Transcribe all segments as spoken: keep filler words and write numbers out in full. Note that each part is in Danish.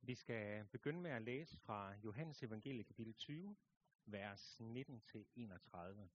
Vi skal begynde med at læse fra Johannes Evangeliet kapitel tyve, vers nitten til enogtredive.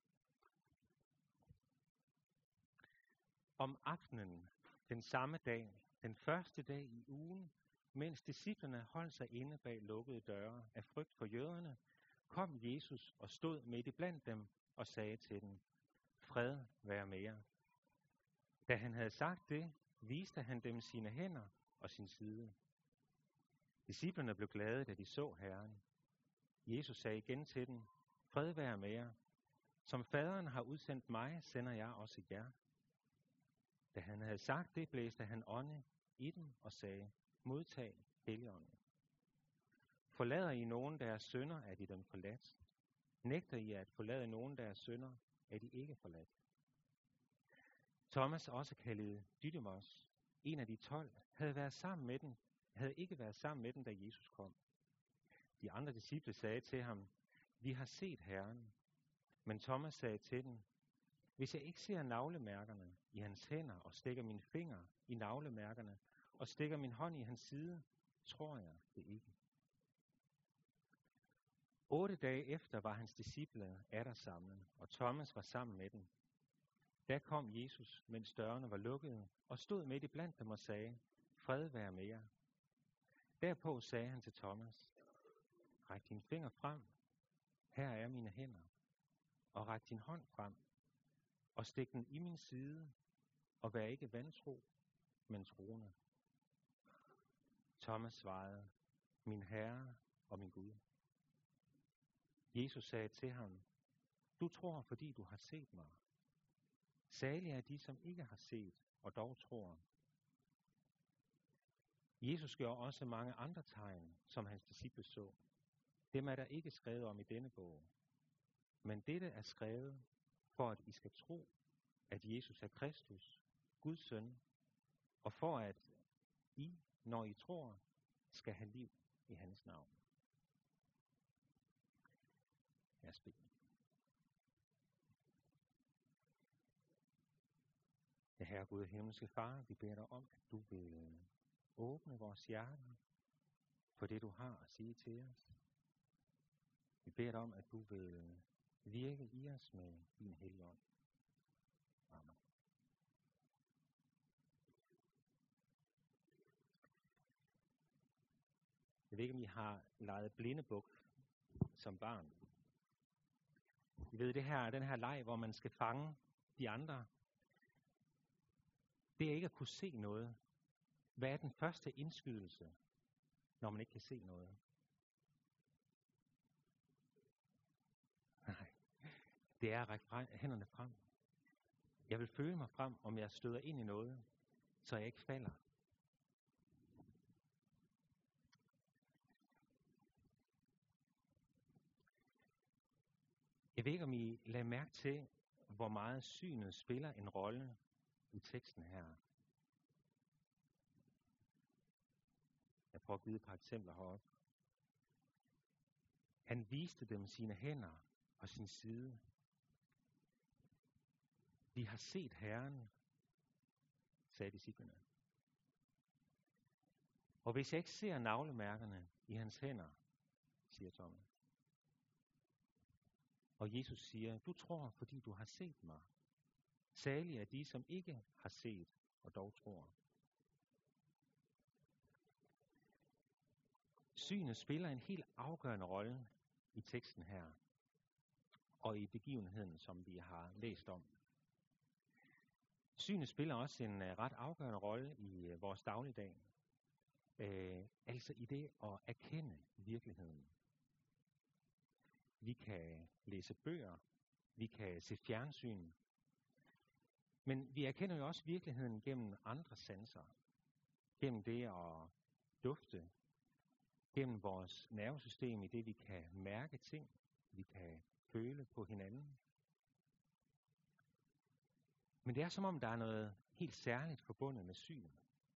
Om aftenen, den samme dag, den første dag i ugen, mens disciplerne holdt sig inde bag lukkede døre af frygt for jøderne, kom Jesus og stod midt iblandt dem og sagde til dem: Fred være med jer. Da han havde sagt det, viste han dem sine hænder og sin side. Disciplerne blev glade, da de så Herren. Jesus sagde igen til dem: Fred være med jer. Som faderen har udsendt mig, sender jeg også jer. Da han havde sagt det, blæste han ånde i dem og sagde: Modtag Helligånden. Forlader I nogen deres synder, er de dem forladt. Nægter I at forlade nogen deres synder, er de ikke forladt. Thomas, også kaldet Didymos, en af de tolv, havde været sammen med dem, havde ikke været sammen med dem, da Jesus kom. De andre disciple sagde til ham: Vi har set Herren. Men Thomas sagde til dem: Hvis jeg ikke ser navlemærkerne i hans hænder og stikker min finger i navlemærkerne og stikker min hånd i hans side, tror jeg det ikke. Otte dage efter var hans disciple atter samlet, og Thomas var sammen med dem. Da kom Jesus, mens dørene var lukkede, og stod midt iblandt dem og sagde: Fred være med jer. Derpå sagde han til Thomas: Ræk din finger frem, her er mine hænder, og ræk din hånd frem, og stik den i min side, og vær ikke vantro, men troende. Thomas svarede: Min Herre og min Gud. Jesus sagde til ham: Du tror, fordi du har set mig. Salige er de, som ikke har set, og dog tror. Jesus gjorde også mange andre tegn, som hans disciple så. Dem er der ikke skrevet om i denne bog. Men dette er skrevet, for at I skal tro, at Jesus er Kristus, Guds søn, og for at I, når I tror, skal have liv i hans navn. Lad os bede. Ja, Herre Gud og himmelske Far, vi beder dig om, at du vil åbne vores hjerter for det, du har at sige til os. Vi beder dig om, at du vil virke i os med din Helligånd. Amen. Jeg ved ikke, om I har leget blindebuk som barn. I ved, det her, den her leg, hvor man skal fange de andre, det er ikke at kunne se noget. Hvad er den første indskydelse, når man ikke kan se noget? Nej, det er at række hænderne frem. Jeg vil føle mig frem, om jeg støder ind i noget, så jeg ikke falder. Jeg ved ikke, om I lader mærke til, hvor meget synet spiller en rolle i teksten her. Jeg prøver at give et par eksempler heroppe. Han viste dem sine hænder og sin side. Vi har set Herren, sagde disciplene. Og hvis jeg ikke ser navlemærkerne i hans hænder, siger Thomas. Og Jesus siger: Du tror, fordi du har set mig. Salige er de, som ikke har set og dog tror. Synet spiller en helt afgørende rolle i teksten her, og i begivenheden, som vi har læst om. Synet spiller også en uh, ret afgørende rolle i uh, vores dagligdag, uh, altså i det at erkende virkeligheden. Vi kan læse bøger, vi kan se fjernsyn, men vi erkender jo også virkeligheden gennem andre sanser. Gennem det at dufte, gennem vores nervesystem, i det vi kan mærke ting, vi kan føle på hinanden. Men det er som om, der er noget helt særligt forbundet med synet.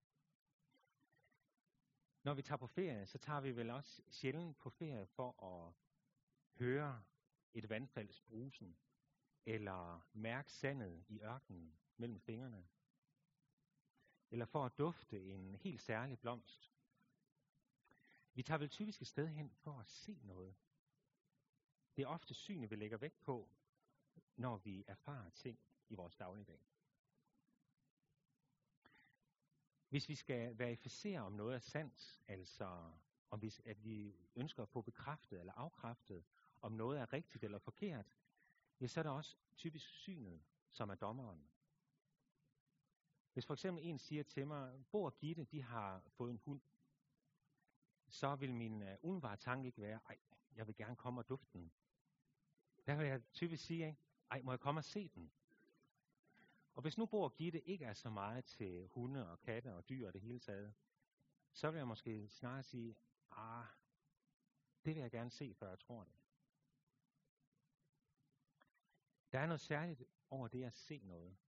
Når vi tager på ferie, så tager vi vel også sjældent på ferie for at høre et vandfalds brusen, eller mærke sandet i ørkenen mellem fingrene, eller for at dufte en helt særlig blomst. Vi tager vel typisk et sted hen for at se noget. Det er ofte synet, vi lægger vægt på, når vi erfarer ting i vores dagligdag. Hvis vi skal verificere, om noget er sandt, altså om vi, at vi ønsker at få bekræftet eller afkræftet, om noget er rigtigt eller forkert, ja, så er det også typisk synet, som er dommeren. Hvis for eksempel en siger til mig, Bo og Gitte, de har fået en hund, så vil min uh, umiddelbare tanke ikke være, ej, jeg vil gerne komme og dufte den. Der vil jeg typisk sige, ikke? Ej, må jeg komme og se den? Og hvis nu Bo og Gitte ikke er så meget til hunde og katte og dyr og det hele taget, så vil jeg måske snarere sige, ah, det vil jeg gerne se, før jeg tror det. Der er noget særligt over det at se noget.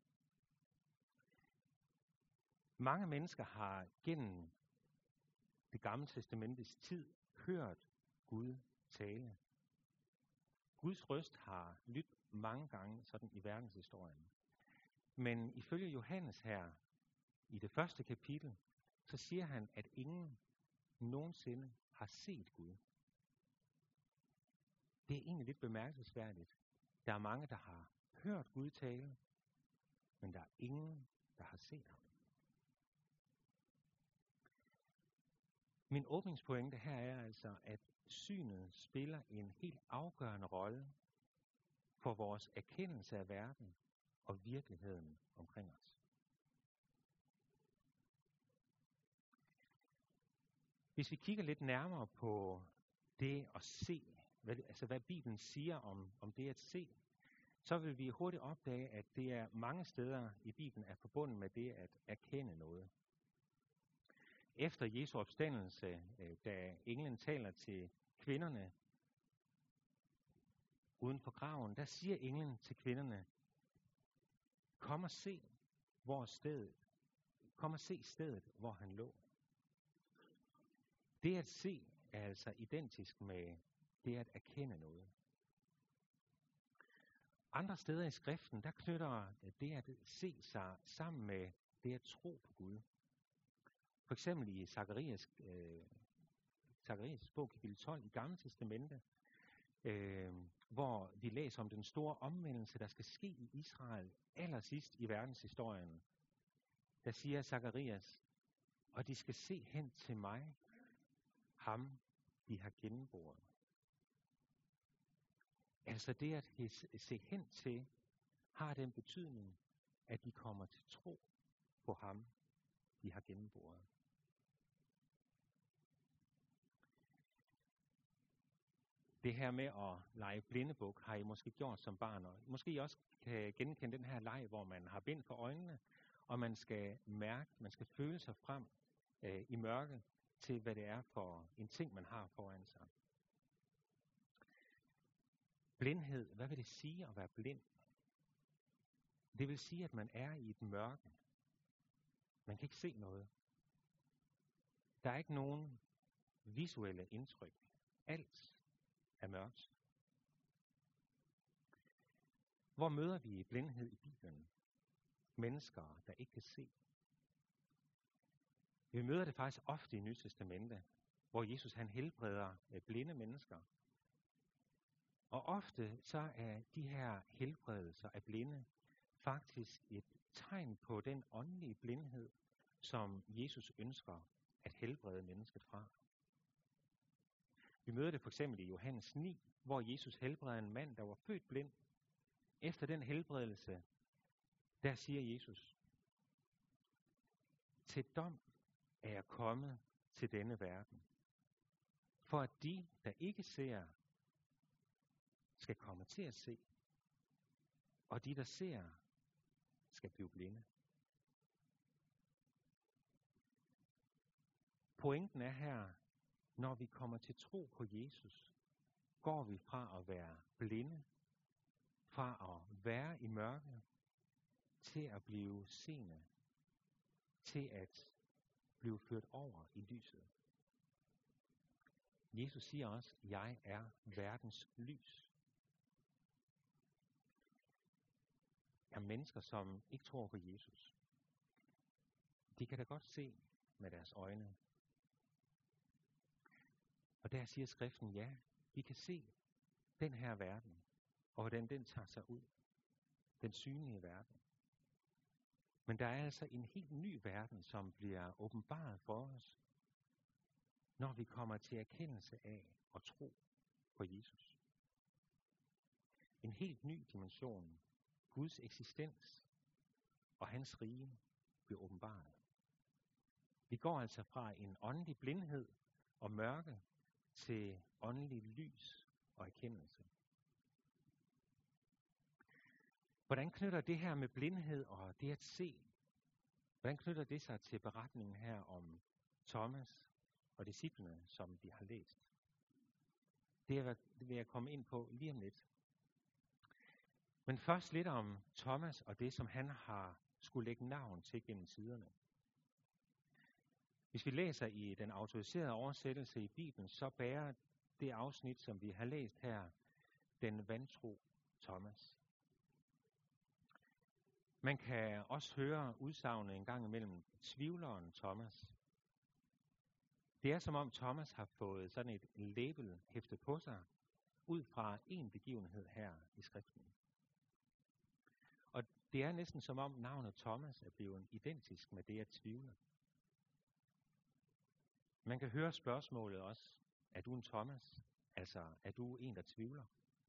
Mange mennesker har gennem det gamle testamentets tid hørt Gud tale. Guds røst har lyttet mange gange sådan i verdenshistorien. Men ifølge Johannes her, i det første kapitel, så siger han, at ingen nogensinde har set Gud. Det er egentlig lidt bemærkelsesværdigt. Der er mange, der har hørt Gud tale, men der er ingen, der har set ham. Min åbningspointe her er altså, at synet spiller en helt afgørende rolle for vores erkendelse af verden og virkeligheden omkring os. Hvis vi kigger lidt nærmere på det at se, hvad, altså hvad Bibelen siger om, om det at se, så vil vi hurtigt opdage, at det er mange steder i Bibelen er forbundet med det at erkende noget. Efter Jesu opstandelse, da englen taler til kvinderne uden for graven, der siger englen til kvinderne, kom og se, hvor stedet, kom og se stedet, hvor han lå. Det at se er altså identisk med det at erkende noget. Andre steder i skriften, der knytter det at se sig sammen med det at tro på Gud. For eksempel i Zakarias, øh, Zakarias bog, kapitel tolv i Gamle Testamente, øh, hvor vi læser om den store omvendelse, der skal ske i Israel allersidst i verdenshistorien. Der siger Zakarias, og de skal se hen til mig, ham de har gennemboret. Altså det at se hen til, har den betydning, at de kommer til tro på ham, de har gennemboret. Det her med at lege blindebuk har I måske gjort som barn, og måske I også kan genkende den her leg, hvor man har bind for øjnene, og man skal mærke, man skal føle sig frem øh, i mørket til, hvad det er for en ting, man har foran sig. Blindhed, hvad vil det sige at være blind? Det vil sige, at man er i et mørke. Man kan ikke se noget. Der er ikke nogen visuelle indtryk. Alt er mørkt. Hvor møder vi blindhed i Bibelen? Mennesker, der ikke kan se. Vi møder det faktisk ofte i Nye Testamente, hvor Jesus han helbreder blinde mennesker. Og ofte så er de her helbredelser af blinde faktisk et tegn på den åndelige blindhed, som Jesus ønsker at helbrede mennesket fra. Vi møder det for eksempel i Johannes ni, hvor Jesus helbreder en mand, der var født blind. Efter den helbredelse, der siger Jesus, til dom er jeg kommet til denne verden, for at de, der ikke ser, skal komme til at se, og de, der ser, skal blive blinde. Pointen er her, når vi kommer til tro på Jesus, går vi fra at være blinde, fra at være i mørket, til at blive seende, til at blive ført over i lyset. Jesus siger også, jeg er verdens lys. Er mennesker, som ikke tror på Jesus. De kan da godt se med deres øjne. Og der siger skriften, ja, vi kan se den her verden, og hvordan den tager sig ud. Den synlige verden. Men der er altså en helt ny verden, som bliver åbenbaret for os, når vi kommer til erkendelse af og tro på Jesus. En helt ny dimension, Guds eksistens og hans rige, bliver åbenbaret. Vi går altså fra en åndelig blindhed og mørke til åndelig lys og erkendelse. Hvordan knytter det her med blindhed og det at se, hvordan knytter det sig til beretningen her om Thomas og disciplene, som vi har læst? Det vil jeg komme ind på lige om lidt. Men først lidt om Thomas og det, som han har skulle lægge navn til gennem tiderne. Hvis vi læser i den autoriserede oversættelse i Bibelen, så bærer det afsnit, som vi har læst her, den vantro Thomas. Man kan også høre udsagnet en gang imellem tvivleren Thomas. Det er som om Thomas har fået sådan et label hæftet på sig, ud fra en begivenhed her i skriften. Og det er næsten som om navnet Thomas er blevet identisk med det at tvivle. Man kan høre spørgsmålet også, er du en Thomas? Altså, er du en, der tvivler?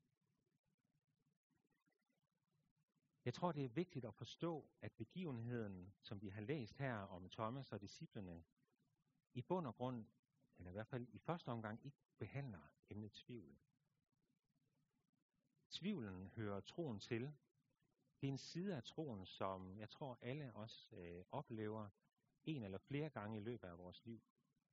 Jeg tror, det er vigtigt at forstå, at begivenheden, som vi har læst her om Thomas og disciplene, i bund og grund, eller i hvert fald i første omgang, ikke behandler emnet tvivl. Tvivlen hører troen til. Det er en side af troen, som jeg tror alle os øh, oplever en eller flere gange i løbet af vores liv.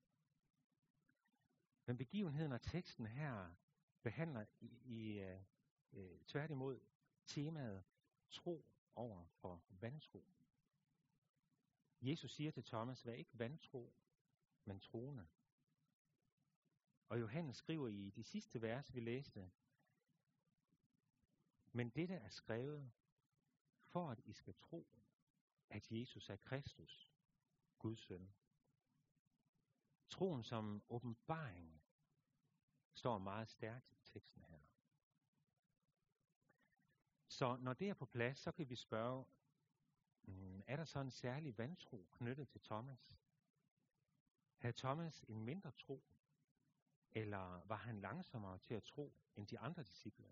Men begivenheden og teksten her behandler i, i øh, øh, tværtimod temaet tro over for vantro. Jesus siger til Thomas, vær ikke vantro, men troende. Og Johannes skriver i de sidste vers, vi læste, men dette er skrevet, for at I skal tro, at Jesus er Kristus, Guds søn. Troen som åbenbaring står meget stærkt i teksten her. Så når det er på plads, så kan vi spørge, er der så en særlig vantro knyttet til Thomas? Havde Thomas en mindre tro, eller var han langsommere til at tro end de andre disciple?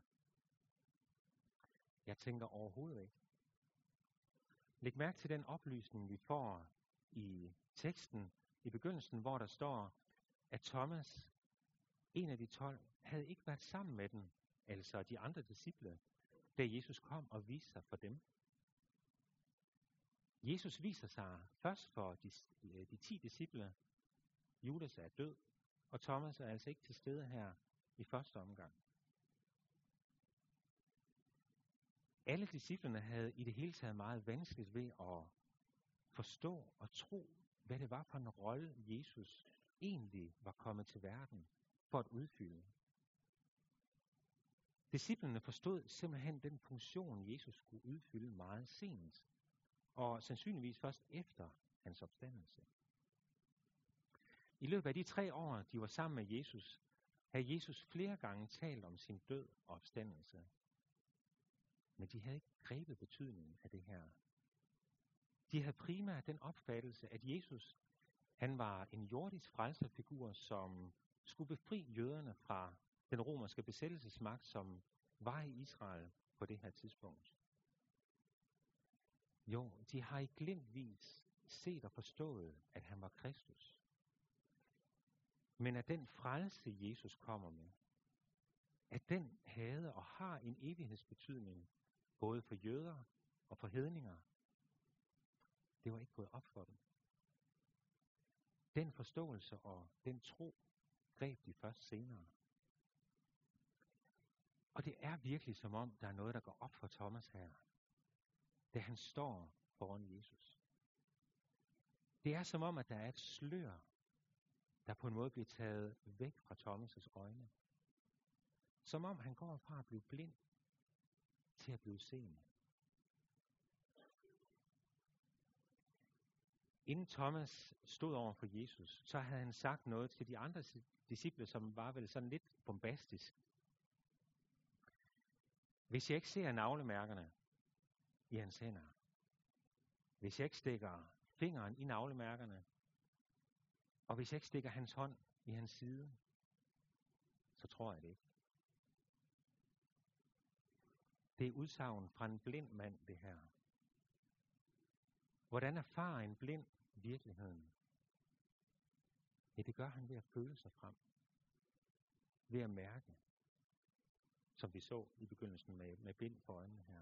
Jeg tænker overhovedet ikke. Læg mærke til den oplysning, vi får i teksten i begyndelsen, hvor der står, at Thomas, en af de tolv, havde ikke været sammen med dem, altså de andre disciple, da Jesus kom og viste sig for dem. Jesus viser sig først for de, de ti disciple. Judas er død, og Thomas er altså ikke til stede her i første omgang. Alle disciplene havde i det hele taget meget vanskeligt ved at forstå og tro, hvad det var for en rolle Jesus egentlig var kommet til verden for at udfylde. Disciplene forstod simpelthen den funktion, Jesus skulle udfylde meget sent, og sandsynligvis først efter hans opstandelse. I løbet af de tre år, de var sammen med Jesus, havde Jesus flere gange talt om sin død og opstandelse. Men de havde ikke grebet betydningen af det her. De havde primært den opfattelse, at Jesus, han var en jordisk frelserfigur, som skulle befri jøderne fra den romerske besættelsesmagt, som var i Israel på det her tidspunkt. Jo, de har i glimtvis set og forstået, at han var Kristus. Men at den frelse, Jesus kommer med, at den havde og har en evighedsbetydning, både for jøder og for hedninger, det var ikke gået op for dem. Den forståelse og den tro greb de først senere. Og det er virkelig som om, der er noget, der går op for Thomas her, da han står foran Jesus. Det er som om, at der er et slør, der på en måde bliver taget væk fra Thomas' øjne. Som om han går fra at blive blind til at blive seende. Inden Thomas stod over for Jesus, så havde han sagt noget til de andre disciple, som var vel sådan lidt bombastisk. Hvis jeg ikke ser navlemærkerne i hans hænder, hvis jeg ikke stikker fingeren i navlemærkerne, og hvis jeg ikke stikker hans hånd i hans side, så tror jeg det ikke. Det er udsagn fra en blind mand, det her. Hvordan erfarer en blind virkeligheden? Ja, det gør han ved at føle sig frem. Ved at mærke. Som vi så i begyndelsen med, med bind for øjnene her.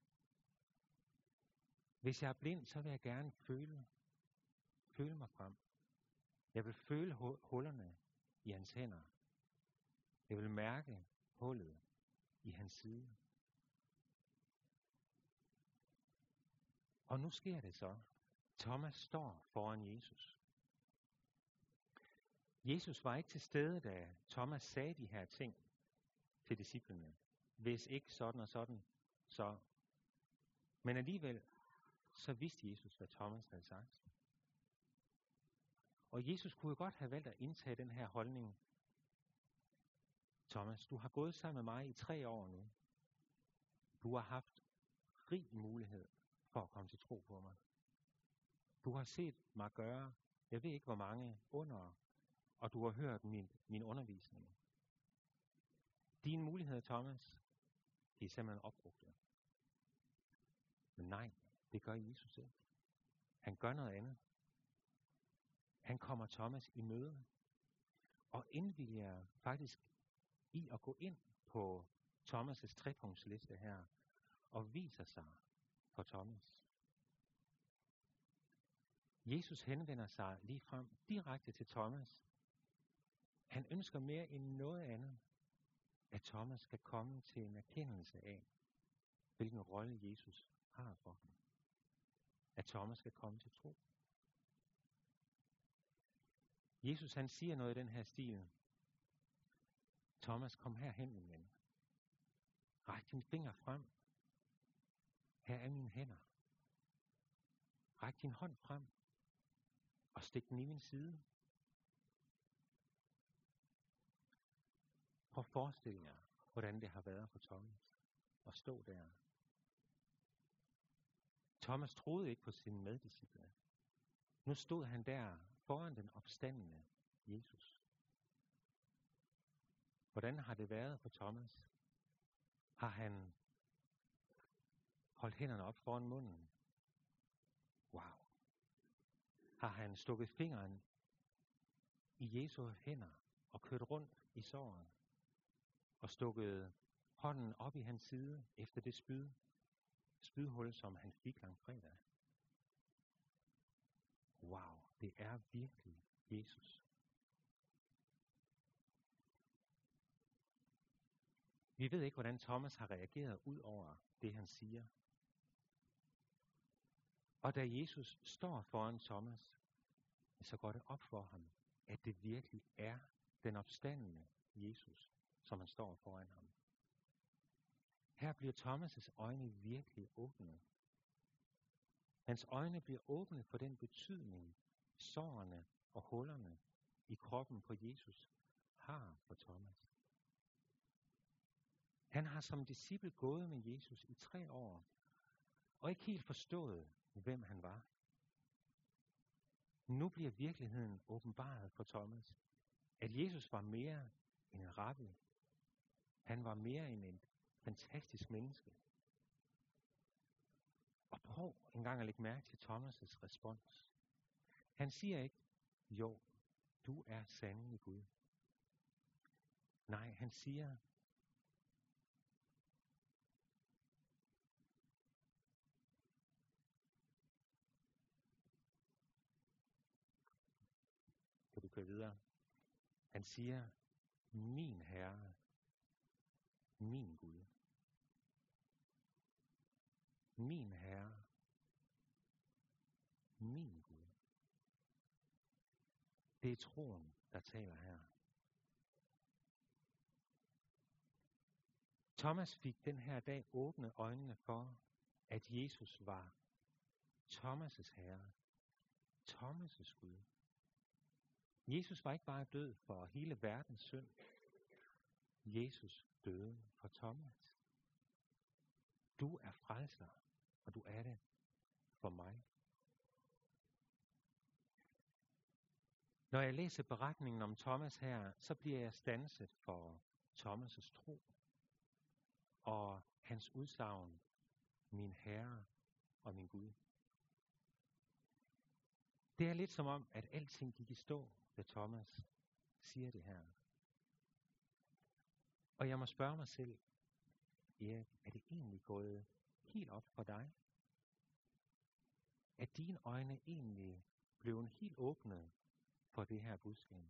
Hvis jeg er blind, så vil jeg gerne føle, føle mig frem. Jeg vil føle hullerne i hans hænder. Jeg vil mærke hullet i hans side. Og nu sker det så. Thomas står foran Jesus. Jesus var ikke til stede, da Thomas sagde de her ting til disciplene. Hvis ikke sådan og sådan, så. Men alligevel, så vidste Jesus, hvad Thomas havde sagt. Og Jesus kunne jo godt have valgt at indtage den her holdning. Thomas, du har gået sammen med mig i tre år nu. Du har haft rig mulighed for at komme til tro på mig. Du har set mig gøre, jeg ved ikke hvor mange under, og du har hørt min, min undervisning. Dine muligheder, Thomas, de er simpelthen opbrugte. Men nej, det gør Jesus ikke. Han gør noget andet. Han kommer Thomas i møde, og indvilliger faktisk i at gå ind på Thomas' trepunktsliste her, og viser sig for Thomas. Jesus henvender sig ligefrem direkte til Thomas. Han ønsker mere end noget andet, at Thomas skal komme til en erkendelse af, hvilken rolle Jesus har for ham. At Thomas skal komme til tro. Jesus han siger noget i den her stil. Thomas, kom herhen, min ven. Ræk din finger frem. Her er mine hænder. Ræk din hånd frem. Og stik den i min side. Prøv at forestille jer, hvordan det har været for Thomas at stå der. Thomas troede ikke på sine meddisciple. Nu stod han der foran den opstandende Jesus. Hvordan har det været for Thomas? Har han holdt hænderne op foran munden? Wow. Har han stukket fingeren i Jesu hænder og kørt rundt i såret? Og stukket hånden op i hans side efter det spyd, spydhul, som han fik langfredag? Wow, det er virkelig Jesus. Vi ved ikke, hvordan Thomas har reageret ud over det, han siger. Og da Jesus står foran Thomas, så går det op for ham, at det virkelig er den opstandende Jesus, som han står foran ham. Her bliver Thomas' øjne virkelig åbne. Hans øjne bliver åbne for den betydning, sårene og hullerne i kroppen på Jesus har for Thomas. Han har som disciple gået med Jesus i tre år, og ikke helt forstået, hvem han var. Nu bliver virkeligheden åbenbaret for Thomas, at Jesus var mere end en rabbi. Han var mere end et fantastisk menneske. Og prøv en gang at lægge mærke til Thomas' respons. Han siger ikke, jo, du er sandelig Gud. Nej, han siger, kan du køre videre? Han siger, min Herre, min Gud. Min Herre, min Gud. Det er troen, der taler her. Thomas fik den her dag åbne øjnene for, at Jesus var Thomas' Herre, Thomas' Gud. Jesus var ikke bare død for hele verdens synd. Jesus døde for Thomas. Du er frelser, og du er det for mig. Når jeg læser beretningen om Thomas her, så bliver jeg standset for Thomas' tro og hans udsagn, min Herre og min Gud. Det er lidt som om, at alting gik i stå, da Thomas siger det her. Og jeg må spørge mig selv, Erik, er det egentlig gået helt op for dig? Er dine øjne egentlig blevet helt åbne for det her budskab?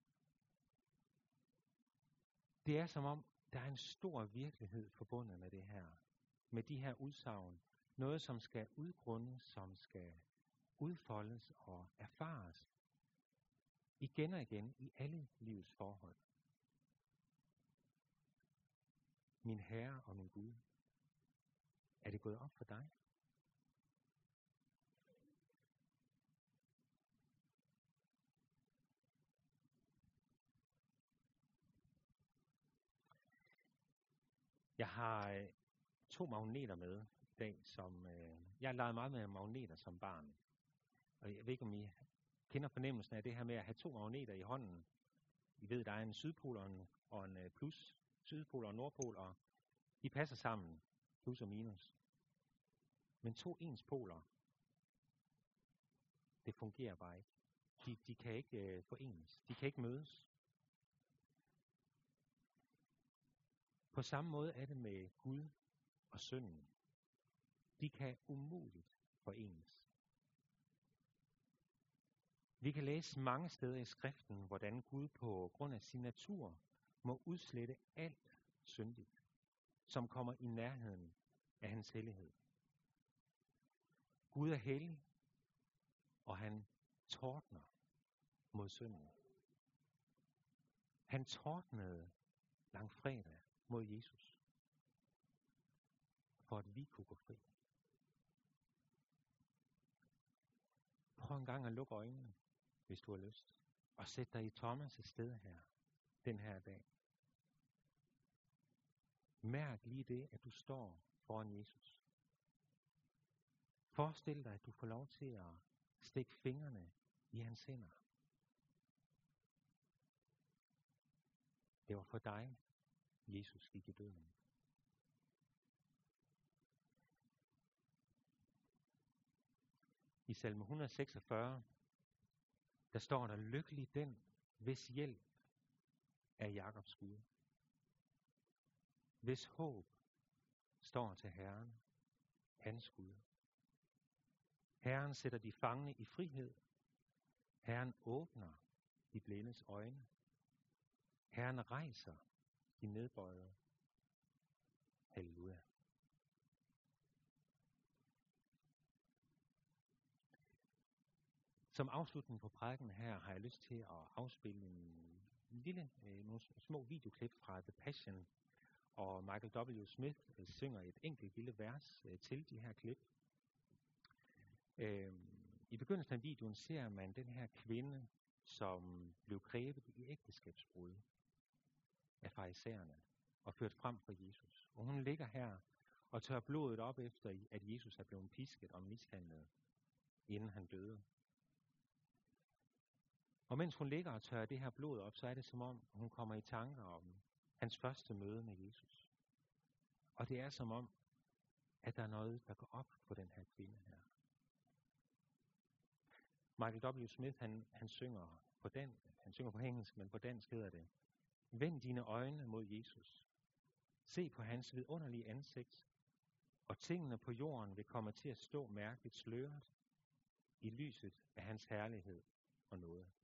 Det er som om, der er en stor virkelighed forbundet med det her. Med de her udsagn. Noget, som skal udgrundes, som skal udfoldes og erfares. Igen og igen i alle livets forhold. Min Herre og min Gud. Er det gået op for dig? Jeg har øh, to magneter med i dag, som øh, jeg har leget meget med magneter som barn. Og jeg ved ikke, om I kender fornemmelsen af det her med at have to magneter i hånden. I ved, der er en sydpol og en, og en plus, sydpol og en nordpol, og de passer sammen, plus og minus. Men to ens poler, det fungerer bare ikke. De, de kan ikke øh, forenes. De kan ikke mødes. På samme måde er det med Gud og synden. De kan umuligt forenes. Vi kan læse mange steder i skriften, hvordan Gud på grund af sin natur må udslette alt syndigt, som kommer i nærheden af hans hellighed. Gud er hellig, og han tordner mod synden. Han tordnede langfredag mod Jesus, for at vi kunne gå fri. Prøv en gang at lukke øjnene, hvis du har lyst, og sæt dig i Thomas' sted her, den her dag. Mærk lige det, at du står foran Jesus. Forestil dig, at du får lov til at stikke fingrene i hans hænder. Det var for dig, Jesus gik i døden. I salme et hundrede og seksogfyrre, der står der, lykkelig den, hvis hjælp er Jakobs Gud. Hvis håb står til Herren, hans Gud. Herren sætter de fangne i frihed. Herren åbner de blindes øjne. Herren rejser de nedbøjede. Halleluja. Som afslutning på prædiken her har jeg lyst til at afspille en lille, øh, nogle små videoklip fra The Passion, og Michael W. Smith øh, synger et enkelt lille vers øh, til de her klip. Øh, I begyndelsen af videoen ser man den her kvinde, som blev grebet i ægteskabsbrud af farisæerne og ført frem for Jesus. Og hun ligger her og tør blodet op efter, at Jesus er blevet pisket og mishandlet, inden han døde. Og mens hun ligger og tørrer det her blod op, så er det som om, hun kommer i tanker om hans første møde med Jesus. Og det er som om, at der er noget, der går op for den her kvinde her. Michael W. Smith, han, han synger på den, han synger på engelsk, men på dansk hedder det: vend dine øjne mod Jesus. Se på hans vidunderlige ansigt, og tingene på jorden vil komme til at stå mærkeligt sløret i lyset af hans herlighed og nåde.